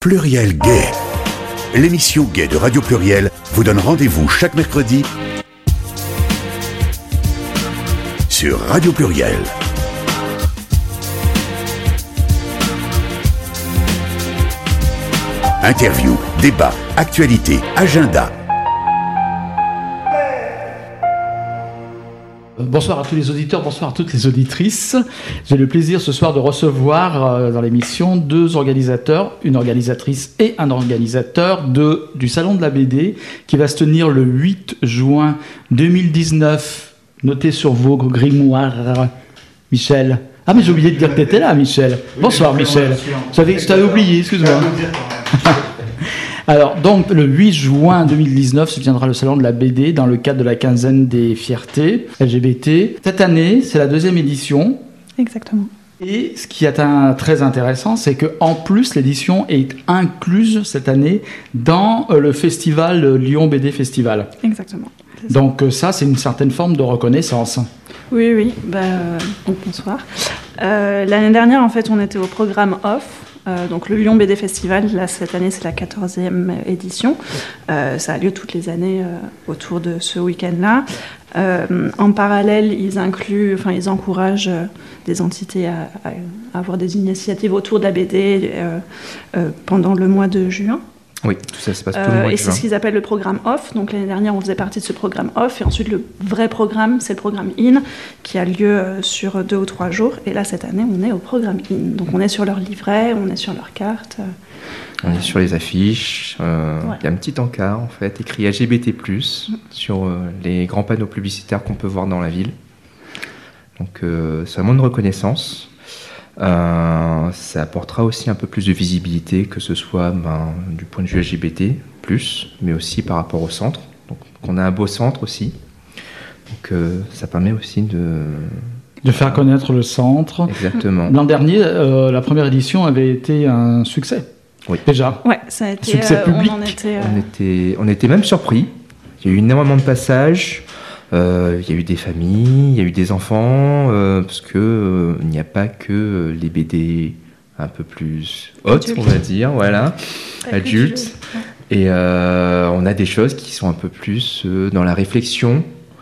Pluriel Gay. L'émission Gay de Radio Pluriel vous donne rendez-vous chaque mercredi sur Radio Pluriel. Interview, débat, actualité, agenda. Bonsoir à tous les auditeurs, bonsoir à toutes les auditrices. J'ai le plaisir ce soir de recevoir dans l'émission deux organisateurs, une organisatrice et un organisateur du Salon de la BD qui va se tenir le 8 juin 2019. Notez sur vos grimoires, Michel. Ah mais j'ai oublié de dire que tu étais là, Michel. Bonsoir Michel. Je t'avais oublié, excuse-moi. Alors, donc, le 8 juin 2019 se tiendra le Salon de la BD dans le cadre de la quinzaine des fiertés LGBT. Cette année, c'est la 2e édition. Exactement. Et ce qui est très intéressant, c'est qu'en plus, l'édition est incluse cette année dans le festival Lyon BD Festival. Exactement. Donc ça, c'est une certaine forme de reconnaissance. Oui. Donc, bonsoir. L'année dernière, en fait, on était au programme off. Donc le Lyon BD Festival, là, cette année, c'est la 14e édition. Ça a lieu toutes les années autour de ce week-end-là. En parallèle, ils encouragent des entités à avoir des initiatives autour de la BD pendant le mois de juin. Oui, tout ça se passe tout le mois de juin. Et c'est ce qu'ils appellent le programme off. Donc l'année dernière, on faisait partie de ce programme off. Et ensuite, le vrai programme, c'est le programme in, qui a lieu sur 2 ou 3 jours. Et là, cette année, on est au programme in. Donc on est sur leur livret, on est sur leur carte. On est sur les affiches. Il y a un petit encart, en fait, écrit LGBT+, sur les grands panneaux publicitaires qu'on peut voir dans la ville. Donc c'est vraiment une reconnaissance. Ça apportera aussi un peu plus de visibilité, que ce soit du point de vue LGBT+, mais aussi par rapport au centre. Donc on a un beau centre aussi. Donc ça permet aussi de faire connaître le centre. Exactement. L'an dernier, la première édition avait été un succès. Oui. Déjà. Ouais, ça a été succès public. On était même surpris. Il y a eu énormément de passages. Il y a eu des familles, il y a eu des enfants, parce que il n'y a pas que les BD un peu plus hautes, on va dire, voilà, adultes. Et on a des choses qui sont un peu plus dans la réflexion,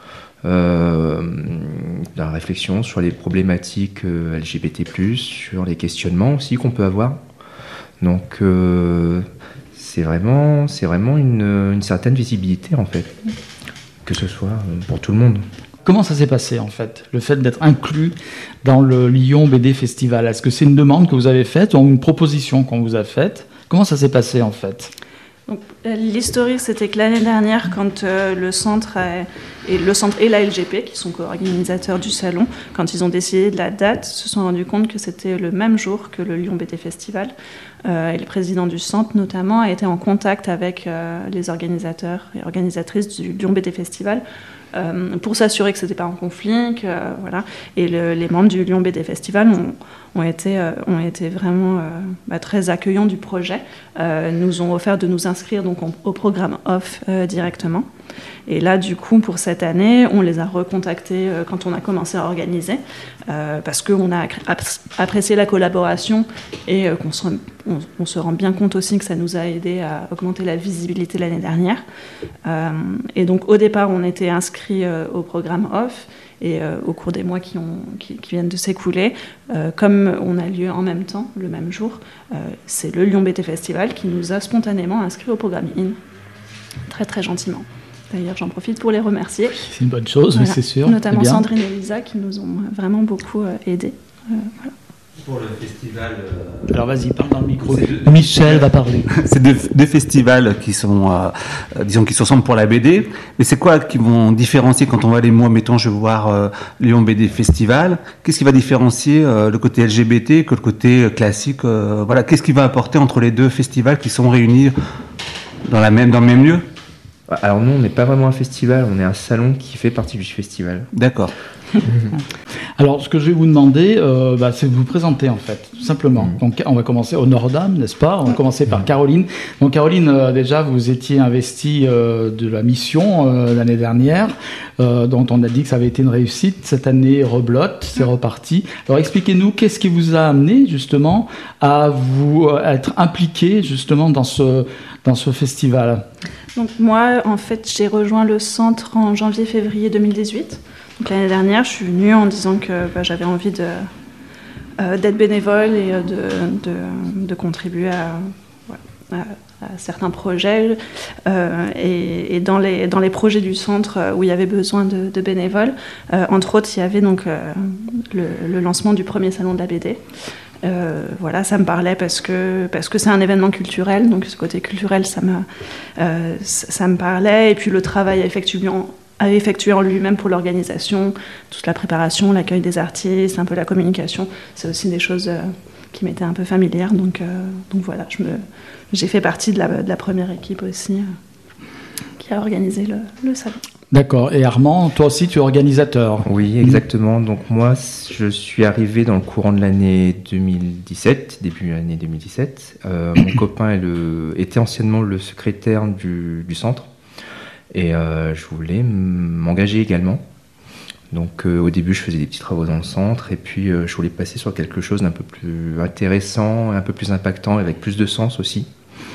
sur les problématiques LGBT+, sur les questionnements aussi qu'on peut avoir. Donc c'est vraiment une certaine visibilité en fait. Que ce soit pour tout le monde. Comment ça s'est passé en fait, le fait d'être inclus dans le Lyon BD Festival? Est-ce que c'est une demande que vous avez faite ou une proposition qu'on vous a faite? Comment ça s'est passé en fait? Donc, l'historique, c'était que l'année dernière, quand le centre et la LGP, qui sont co-organisateurs du salon, quand ils ont décidé de la date, se sont rendus compte que c'était le même jour que le Lyon BD Festival. Et le président du centre, notamment, a été en contact avec les organisateurs et organisatrices du Lyon BD Festival pour s'assurer que ce n'était pas en conflit, voilà. Et les membres du Lyon BD Festival ont été vraiment très accueillants du projet, nous ont offert de nous inscrire donc au programme off directement. Et là, du coup, pour cette année, on les a recontactés quand on a commencé à organiser, parce qu'on a apprécié la collaboration et on se rend bien compte aussi que ça nous a aidé à augmenter la visibilité l'année dernière. Et donc, au départ, on était inscrits au programme off. Et au cours des mois qui viennent de s'écouler, comme on a lieu en même temps, le même jour, c'est le Lyon BD Festival qui nous a spontanément inscrits au programme in. Très, très gentiment. D'ailleurs, j'en profite pour les remercier. C'est une bonne chose, voilà. Oui, c'est sûr. Notamment Sandrine et Lisa qui nous ont vraiment beaucoup aidés. Voilà. Pour le festival... Alors vas-y, parle dans le micro. Michel va parler. C'est deux festivals qui sont, disons, qui se ressemblent pour la BD. Mais c'est quoi qui vont différencier quand on va aller, moi, mettons, je vais voir Lyon BD Festival. Qu'est-ce qui va différencier le côté LGBT que le côté classique voilà. Qu'est-ce qui va apporter entre les deux festivals qui sont réunis dans le même lieu? Alors nous, on n'est pas vraiment un festival, on est un salon qui fait partie du festival. D'accord. Alors, ce que je vais vous demander, c'est de vous présenter, en fait, tout simplement. Donc, on va commencer au Nord-Dame, n'est-ce pas? On va commencer par Caroline. Donc, Caroline, déjà, vous étiez investie de la mission l'année dernière, dont on a dit que ça avait été une réussite. Cette année, rebelote, c'est reparti. Alors, expliquez-nous, qu'est-ce qui vous a amené, justement, à vous être impliqué, justement, dans ce festival? Donc, moi, en fait, j'ai rejoint le centre en janvier-février 2018. Donc, l'année dernière, je suis venue en disant que j'avais envie d'être bénévole et de contribuer à certains projets. Et dans les projets du centre où il y avait besoin de bénévoles, entre autres, il y avait donc le lancement du premier salon de la BD. Ça me parlait parce que c'est un événement culturel, donc ce côté culturel, ça me parlait. Et puis le travail effectué en lui-même pour l'organisation, toute la préparation, l'accueil des artistes, un peu la communication, c'est aussi des choses qui m'étaient un peu familières. Donc voilà, j'ai fait partie de la première équipe aussi qui a organisé le salon. D'accord. Et Armand, toi aussi, tu es organisateur. Oui, exactement. Donc moi, je suis arrivé dans le courant de l'année 2017, début de l'année 2017. Mon copain était anciennement le secrétaire du centre. Et je voulais m'engager également. Donc au début, je faisais des petits travaux dans le centre. Et puis, je voulais passer sur quelque chose d'un peu plus intéressant, un peu plus impactant, avec plus de sens aussi.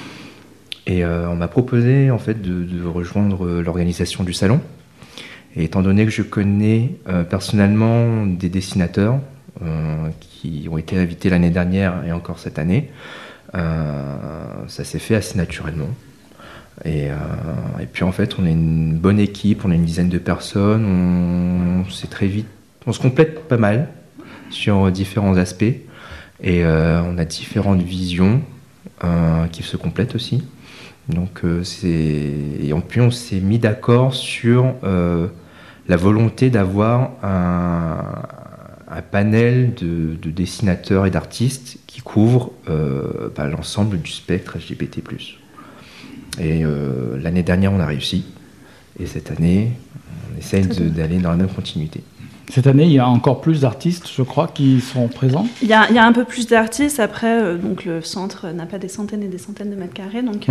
Et on m'a proposé en fait de rejoindre l'organisation du salon. Et étant donné que je connais personnellement des dessinateurs qui ont été invités l'année dernière et encore cette année, ça s'est fait assez naturellement. Et puis en fait, on est une bonne équipe, on est une dizaine de personnes, on se complète pas mal sur différents aspects. Et on a différentes visions qui se complètent aussi. Donc et puis on s'est mis d'accord sur la volonté d'avoir un panel de dessinateurs et d'artistes qui couvre l'ensemble du spectre LGBT+. Et l'année dernière on a réussi, et cette année on essaye d'aller dans la même continuité. Cette année, il y a encore plus d'artistes, je crois, qui sont présents. Il y a un peu plus d'artistes. Après, donc le centre n'a pas des centaines et des centaines de mètres carrés, donc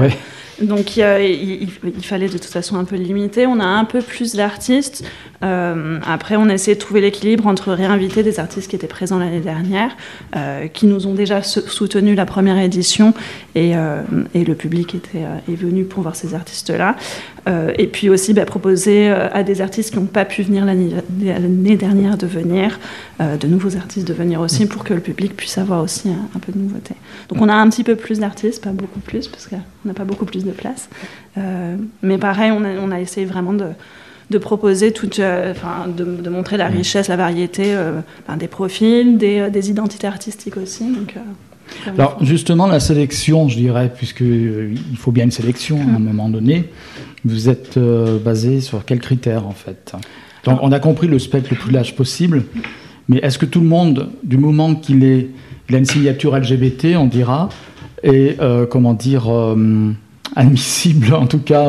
il fallait de toute façon un peu limiter. On a un peu plus d'artistes. Après, on a essayé de trouver l'équilibre entre réinviter des artistes qui étaient présents l'année dernière, qui nous ont déjà soutenu la première édition, et le public est venu pour voir ces artistes-là. Et puis aussi proposer à des artistes qui n'ont pas pu venir l'année dernière de venir, de nouveaux artistes de venir aussi, pour que le public puisse avoir aussi un peu de nouveauté. Donc on a un petit peu plus d'artistes, pas beaucoup plus, parce qu'on n'a pas beaucoup plus de place. Mais pareil, on a essayé vraiment de proposer de montrer la richesse, la variété des profils, des identités artistiques aussi. Donc, alors justement, la sélection, je dirais, puisqu'il faut bien une sélection à un moment donné, vous êtes basé sur quels critères en fait? Donc, on a compris le spectre le plus large possible, mais est-ce que tout le monde, du moment qu'il a une signature LGBT, on dira, est, admissible, en tout cas,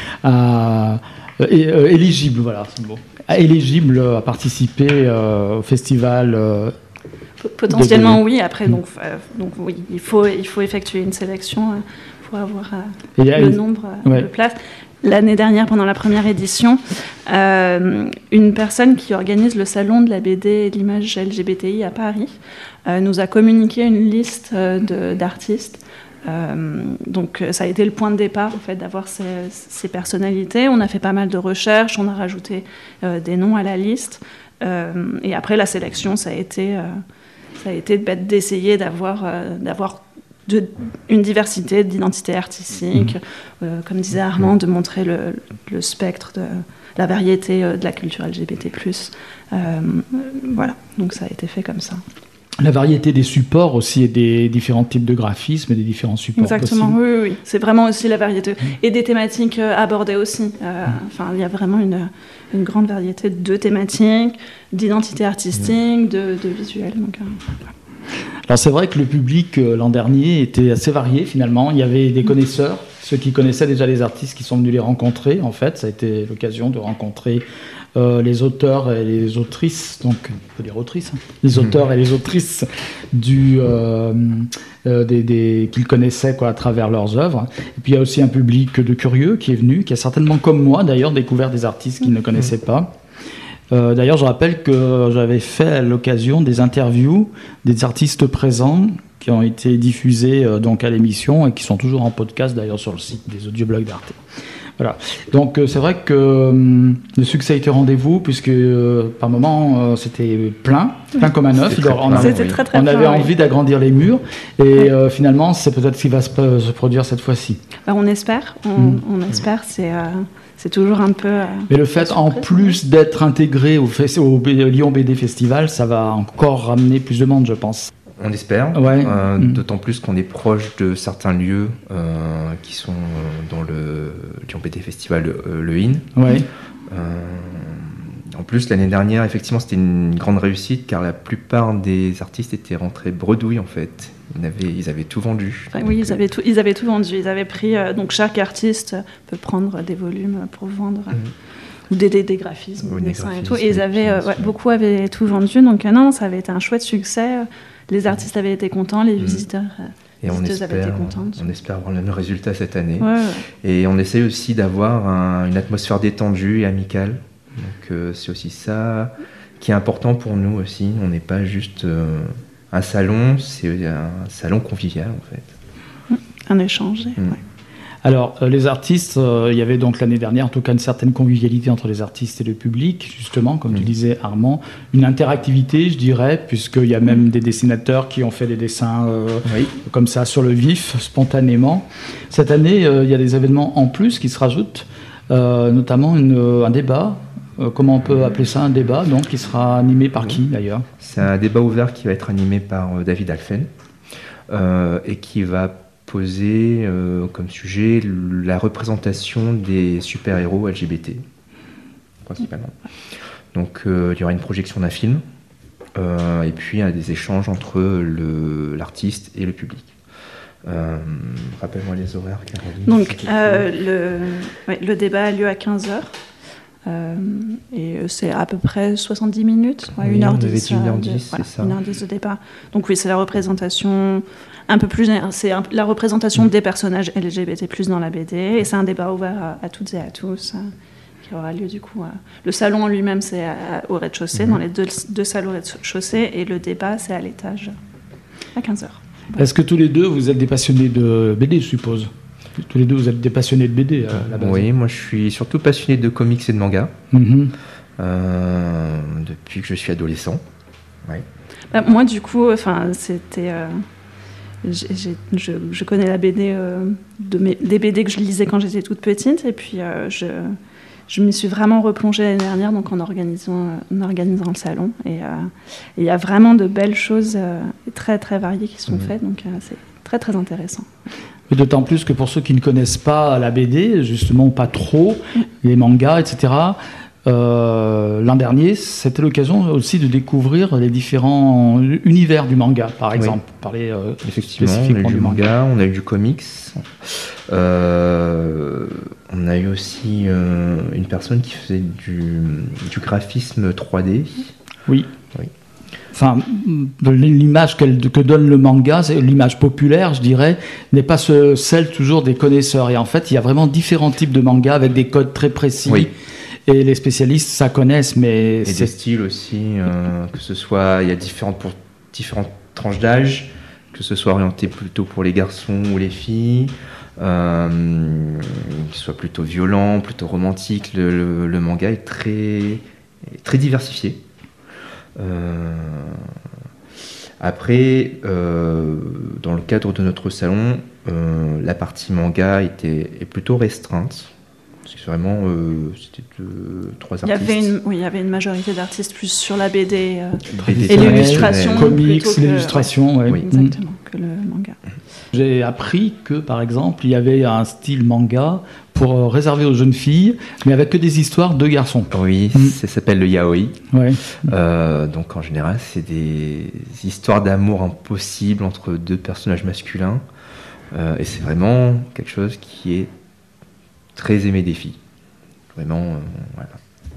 éligible, voilà, c'est le mot, éligible à participer au festival potentiellement, oui. Après, donc oui, il faut effectuer une sélection pour avoir le nombre de places. L'année dernière, pendant la première édition, une personne qui organise le salon de la BD et de l'image LGBTI à Paris nous a communiqué une liste d'artistes. Donc ça a été le point de départ en fait, d'avoir ces personnalités. On a fait pas mal de recherches, on a rajouté des noms à la liste. Et après, la sélection, ça a été d'essayer d'avoir une diversité d'identités artistiques, comme disait Armand, de montrer le spectre de la variété de la culture LGBT+. Voilà, donc ça a été fait comme ça. La variété des supports aussi, et des différents types de graphismes et des différents supports. Exactement, possibles. Oui. C'est vraiment aussi la variété. Et des thématiques abordées aussi. Il y a vraiment une grande variété de thématiques, d'identités artistiques, de visuels. Donc, Alors c'est vrai que le public l'an dernier était assez varié finalement. Il y avait des connaisseurs, ceux qui connaissaient déjà les artistes qui sont venus les rencontrer. En fait, ça a été l'occasion de rencontrer les auteurs et les autrices, donc on peut dire autrices, hein, les auteurs et les autrices qu'ils connaissaient à travers leurs œuvres. Et puis il y a aussi un public de curieux qui est venu, qui a certainement comme moi d'ailleurs découvert des artistes qu'ils ne connaissaient pas. D'ailleurs, je rappelle que j'avais fait à l'occasion des interviews des artistes présents qui ont été diffusés donc à l'émission et qui sont toujours en podcast d'ailleurs sur le site des audioblogs d'Arte. Voilà. Donc c'est vrai que le succès a été rendez-vous puisque par moments c'était plein comme un œuf. On avait envie d'agrandir les murs et finalement c'est peut-être ce qui va se produire cette fois-ci. On espère. On espère. C'est toujours un peu. Mais le fait, en plus d'être intégré au Lyon BD Festival, ça va encore ramener plus de monde, je pense. On espère, d'autant plus qu'on est proche de certains lieux qui sont dans le Lyon BD Festival, le IN. Ouais. En plus, l'année dernière, effectivement, c'était une grande réussite car la plupart des artistes étaient rentrés bredouilles en fait. Ils avaient tout vendu. Enfin, oui, ils avaient tout vendu. Ils avaient pris. Donc chaque artiste peut prendre des volumes pour vendre. Ou des graphismes, des dessins et tout. Et beaucoup avaient tout vendu. Donc non, ça avait été un chouette succès. Les artistes avaient été contents, les visiteurs avaient été contents. On espère avoir le même résultat cette année. Et on essaie aussi d'avoir une atmosphère détendue et amicale. Donc c'est aussi ça qui est important pour nous aussi. On n'est pas juste un salon, c'est un salon convivial en fait. Un échange. Alors, les artistes, il y avait donc l'année dernière, en tout cas, une certaine convivialité entre les artistes et le public, justement, comme tu disais, Armand. Une interactivité, je dirais, puisqu'il y a même des dessinateurs qui ont fait des dessins comme ça, sur le vif, spontanément. Cette année, il y a des événements en plus qui se rajoutent, notamment un débat. Comment on peut appeler ça, un débat, donc, qui sera animé par qui, d'ailleurs ? C'est un débat ouvert qui va être animé par David Alphen et qui va poser comme sujet la représentation des super-héros LGBT, principalement. Donc il y aura une projection d'un film et puis des échanges entre l'artiste et le public. Rappelle-moi les horaires, Caroline. Donc le débat a lieu à 15h. Et c'est à peu près 70 minutes, 1h10. 1h10, c'est ça. 1h10 de débat. Donc oui, c'est la représentation un peu plus, la représentation des personnages LGBT+ dans la BD, et c'est un débat ouvert à toutes et à tous qui aura lieu du coup. Le salon en lui-même, c'est au rez-de-chaussée, dans les deux salles au rez-de-chaussée, et le débat, c'est à l'étage à 15h. Est-ce que tous les deux, vous êtes des passionnés de BD, je suppose ? Tous les deux, vous êtes des passionnés de BD à la base. Oui, moi je suis surtout passionné de comics et de manga depuis que je suis adolescent. Ouais. Moi, du coup, c'était. Je connais la BD des BD que je lisais quand j'étais toute petite, et puis je m'y suis vraiment replongée l'année dernière, donc en organisant le salon, et il y a vraiment de belles choses très très variées qui sont faites, donc c'est très très intéressant. Et d'autant plus que pour ceux qui ne connaissent pas la BD, justement pas trop, les mangas, etc., l'an dernier, c'était l'occasion aussi de découvrir les différents univers du manga, par exemple. Parler effectivement, on a eu du manga, on a eu du comics, on a eu aussi une personne qui faisait du graphisme 3D. Oui. Enfin, l'image que donne le manga, c'est l'image populaire, je dirais, n'est pas celle toujours des connaisseurs. Et en fait, il y a vraiment différents types de mangas avec des codes très précis. Oui. Et les spécialistes, ça connaissent, mais... Et des styles aussi, que ce soit... Il y a différentes tranches d'âge, que ce soit orienté plutôt pour les garçons ou les filles, qu'il soit plutôt violent, plutôt romantique. Le manga est très, très diversifié. Après, dans le cadre de notre salon, la partie manga est plutôt restreinte. C'est vraiment, c'était 3 artistes. Il y avait une majorité d'artistes plus sur la BD BD et l'illustration. Comics, plutôt que- l'illustration, ouais. Oui, exactement, que le manga. J'ai appris que, par exemple, il y avait un style manga pour réservé aux jeunes filles, mais avec que des histoires de garçons. Oui, ça s'appelle le yaoi. Ouais. Donc en général, c'est des histoires d'amour impossibles entre 2 personnages masculins. Et c'est vraiment quelque chose qui est très aimé des filles. Vraiment, voilà.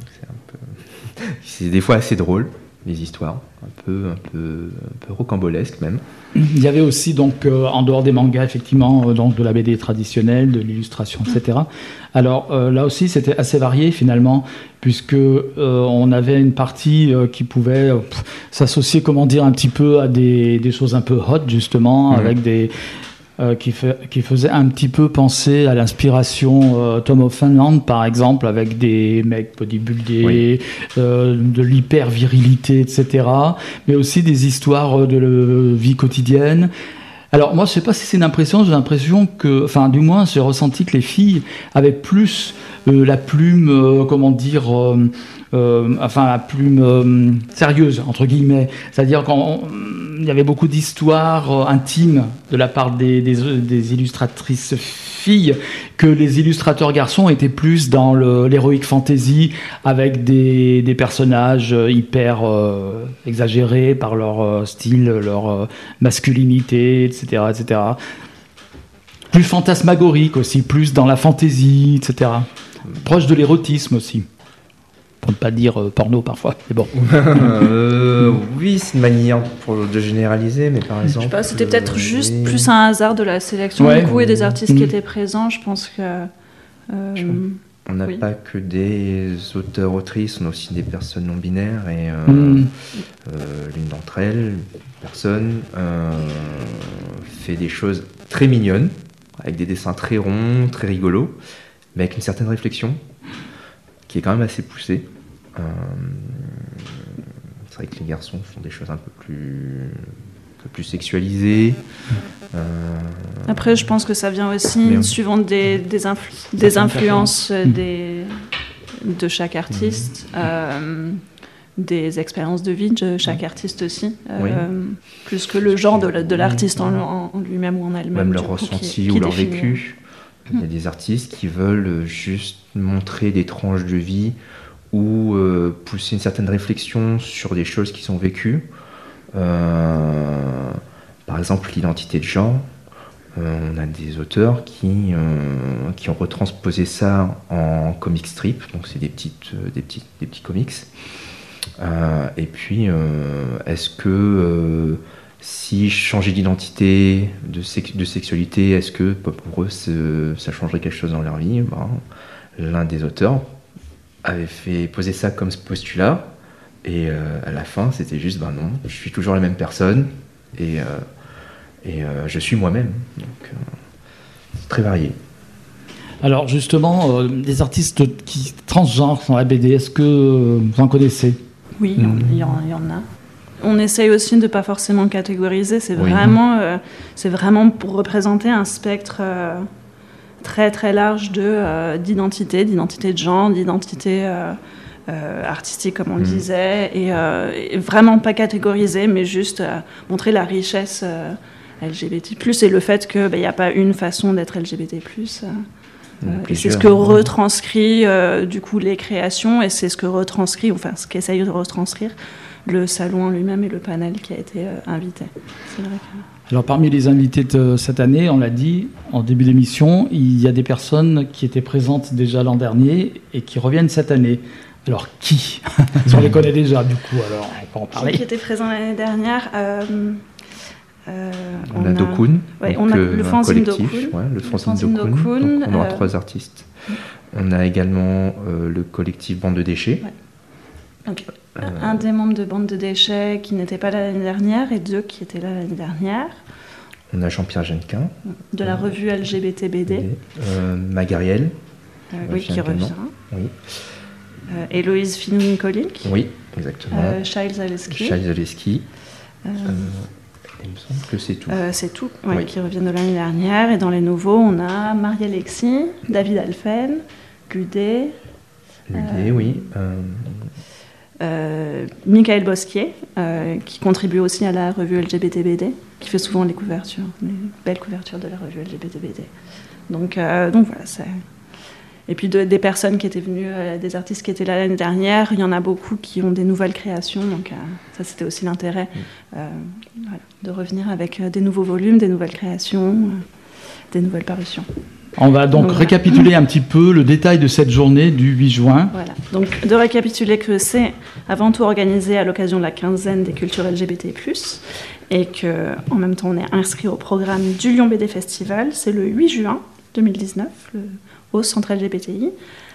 Donc c'est des fois assez drôle, les histoires, un peu rocambolesques même. Il y avait aussi, donc, en dehors des mangas, effectivement, donc de la BD traditionnelle, de l'illustration, etc. Alors, là aussi, c'était assez varié, finalement, puisque on avait une partie qui pouvait s'associer, comment dire, un petit peu à des choses un peu hot, justement, avec des... qui faisait un petit peu penser à l'inspiration Tom of Finland, par exemple, avec des mecs bodybuildés, de l'hyper-virilité, etc. Mais aussi des histoires de vie quotidienne. Alors, moi, je ne sais pas si c'est une impression, j'ai l'impression que, enfin, du moins, j'ai ressenti que les filles avaient plus la plume, comment dire... enfin, la plume sérieuse, entre guillemets. C'est-à-dire qu'il y avait beaucoup d'histoires intimes de la part des illustratrices filles, que les illustrateurs garçons étaient plus dans l'heroic fantasy, avec des personnages hyper exagérés par leur style, leur masculinité, etc., etc. Plus fantasmagorique aussi, plus dans la fantaisie, etc. Proche de l'érotisme aussi. Pour ne pas dire porno parfois, mais bon. Oui, c'est une manière de généraliser, mais par exemple... Je sais pas, c'était peut-être juste plus un hasard de la sélection du coup et des artistes qui étaient présents. Je pense que... on n'a pas que des auteurs-autrices, on a aussi des personnes non-binaires et l'une d'entre elles, une personne, fait des choses très mignonnes, avec des dessins très ronds, très rigolos, mais avec une certaine réflexion qui est quand même assez poussée. C'est vrai que les garçons font des choses un peu plus sexualisées. Après, je pense que ça vient aussi suivant des influences de chaque artiste, des expériences de vie de chaque artiste aussi, plus que le genre de l'artiste en lui-même ou en elle-même. Même leur ressenti ou leur vécu. Il y a des artistes qui veulent juste montrer des tranches de vie ou pousser une certaine réflexion sur des choses qui sont vécues. Par exemple, l'identité de genre. On a des auteurs qui ont retransposé ça en comic strip, donc c'est des petits comics. Et puis, est-ce que si je changeais d'identité, de sexualité, est-ce que pour eux ça changerait quelque chose dans leur vie? L'un des auteurs avait poser ça comme ce postulat, et à la fin c'était juste non, je suis toujours la même personne et je suis moi-même. Donc c'est très varié. Alors justement, des artistes transgenres dans la BD, est-ce que vous en connaissez? Oui, il y en a. On essaye aussi de ne pas forcément catégoriser, c'est vraiment pour représenter un spectre très très large d'identité de genre, d'identité artistique comme on le disait, et vraiment pas catégoriser, mais juste montrer la richesse LGBT+, et le fait qu'il n'y a pas une façon d'être LGBT+. Et c'est ce que retranscrit du coup les créations, et c'est ce que retranscrit, enfin ce qu'essaye de retranscrire le salon en lui-même et le panel qui a été invité. C'est vrai que... Alors parmi les invités de cette année, on l'a dit en début d'émission, il y a des personnes qui étaient présentes déjà l'an dernier et qui reviennent cette année. Alors qui? On les connaît déjà du coup, alors on peut en parler. Qui était présent l'année dernière? On a Dokun, on a le fanzine Dokun. Le fanzine Dokun. On aura 3 artistes. On a également le collectif Bande de Déchets. Ouais. Donc, un des membres de Bande de Déchets qui n'était pas là l'année dernière et 2 qui étaient là l'année dernière. On a Jean-Pierre Jeannequin. De la revue LGBTBD. Magariel. Qui revient. Oui. Héloïse Finouin-Colink. Oui, exactement. Charles Zaleski. Il me semble que c'est tout. C'est tout, qui reviennent de l'année dernière. Et dans les nouveaux, on a Marie-Alexis, David Alphen, Ludet. Oui. Michael Bosquier, qui contribue aussi à la revue LGBTBD, qui fait souvent les belles couvertures de la revue LGBTBD. Donc voilà, c'est... Et puis des personnes qui étaient venues, des artistes qui étaient là l'année dernière, il y en a beaucoup qui ont des nouvelles créations, donc ça c'était aussi l'intérêt de revenir avec des nouveaux volumes, des nouvelles créations, des nouvelles parutions. On va donc récapituler un petit peu le détail de cette journée du 8 juin. Voilà, donc de récapituler que c'est avant tout organisé à l'occasion de la quinzaine des cultures LGBT+, et qu'en même temps on est inscrit au programme du Lyon BD Festival, c'est le 8 juin 2019, au centre LGBTI,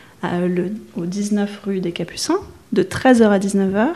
au 19 rue des Capucins, de 13h à 19h.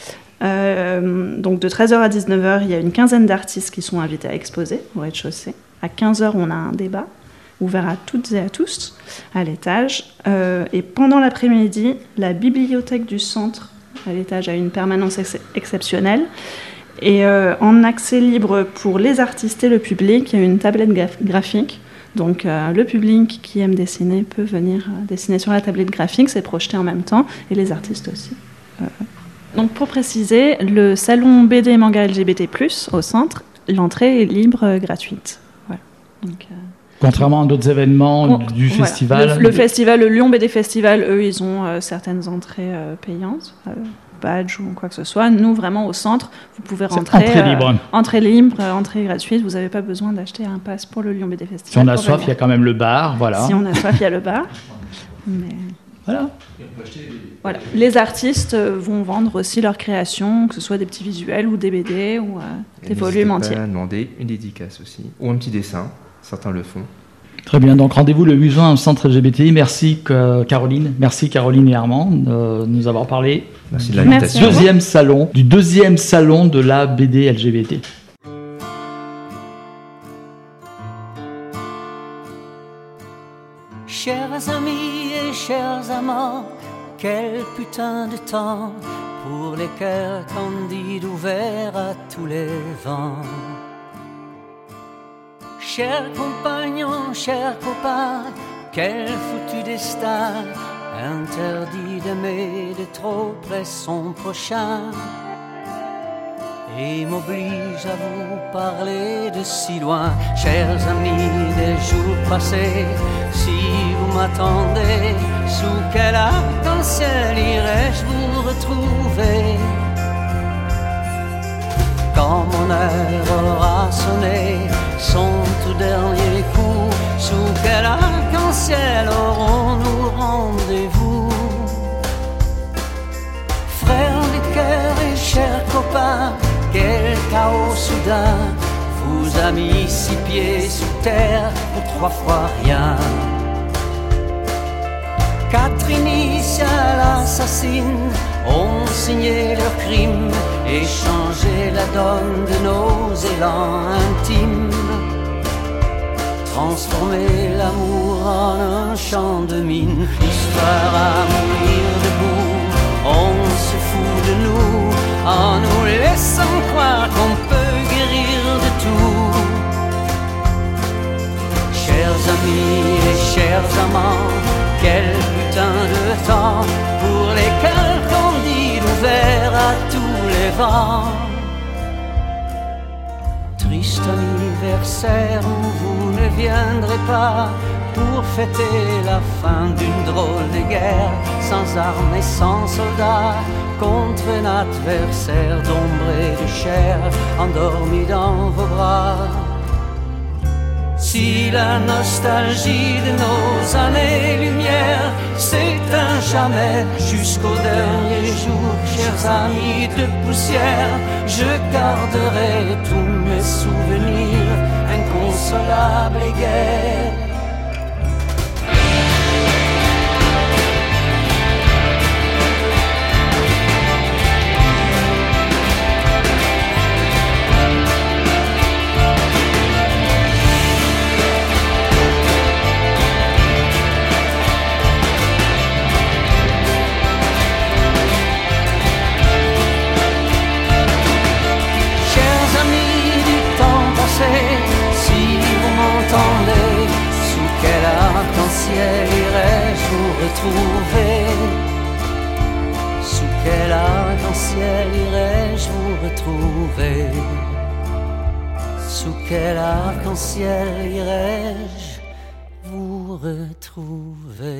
Donc de 13h à 19h, il y a une quinzaine d'artistes qui sont invités à exposer au rez-de-chaussée. À 15h, on a un débat ouvert à toutes et à tous, à l'étage. Et pendant l'après-midi, la bibliothèque du centre, à l'étage, a une permanence exceptionnelle. Et en accès libre pour les artistes et le public, il y a une tablette graphique. Donc le public qui aime dessiner peut venir dessiner sur la tablette graphique, c'est projeté en même temps, et les artistes aussi. Donc pour préciser, le salon BD et manga LGBT+, au centre, l'entrée est libre, gratuite. Voilà. Donc, contrairement à d'autres événements du festival. Le festival, le Lyon BD Festival, eux, ils ont certaines entrées payantes. Badge ou quoi que ce soit. Nous, vraiment, au centre, vous pouvez rentrer. Entrée libre. Entrée libre, entrée gratuite. Vous n'avez pas besoin d'acheter un pass pour le Lyon BD Festival. Si on a soif, il y a quand même le bar. Voilà. Si on a soif, il y a le bar. Mais... Voilà. Les artistes vont vendre aussi leurs créations, que ce soit des petits visuels ou des BD ou des volumes entiers. N'hésitez pas à demander une dédicace aussi, ou un petit dessin. Certains le font. Très bien, donc rendez-vous le 8 juin au centre LGBTI. Merci Caroline et Armand de nous avoir parlé. Merci de l'invitation. Du deuxième salon de la BD LGBT. Chers amis et chers amants, quel putain de temps pour les cœurs candides ouverts à tous les vents. Chers compagnons, chers copains, quel foutu destin, interdit d'aimer de trop près son prochain, et m'oblige à vous parler de si loin. Chers amis des jours passés, si vous m'attendez, sous quel arc-en-ciel irais-je vous retrouver? Quand mon heure aura sonné son tout dernier coup, sous quel arc-en-ciel aurons-nous rendez-vous? Frères du cœur et chers copains, quel chaos soudain vous a mis 6 pieds sous terre pour 3 fois rien. 4 initiales assassines ont signé leur crime et changé la donne de nos élans intimes. Transformer l'amour en un champ de mine, l'histoire à mourir debout. On se fout de nous en nous laissant croire qu'on peut guérir de tout. Chers amis et chers amants, quel putain de temps pour les cœurs candides ouverts à tous les vents. Triste anniversaire où vous ne viendrez pas pour fêter la fin d'une drôle de guerre, sans armes et sans soldats, contre un adversaire d'ombre et de chair, endormi dans vos bras. Si la nostalgie de nos années-lumière s'éteint jamais jusqu'au dernier jour, chers amis de poussière, je garderai tous mes souvenirs inconsolables et gais. Si vous m'entendez, retrouver? Sous quel arc-en-ciel irai-je vous retrouver? Sous quel arc-en-ciel irai-je vous retrouver?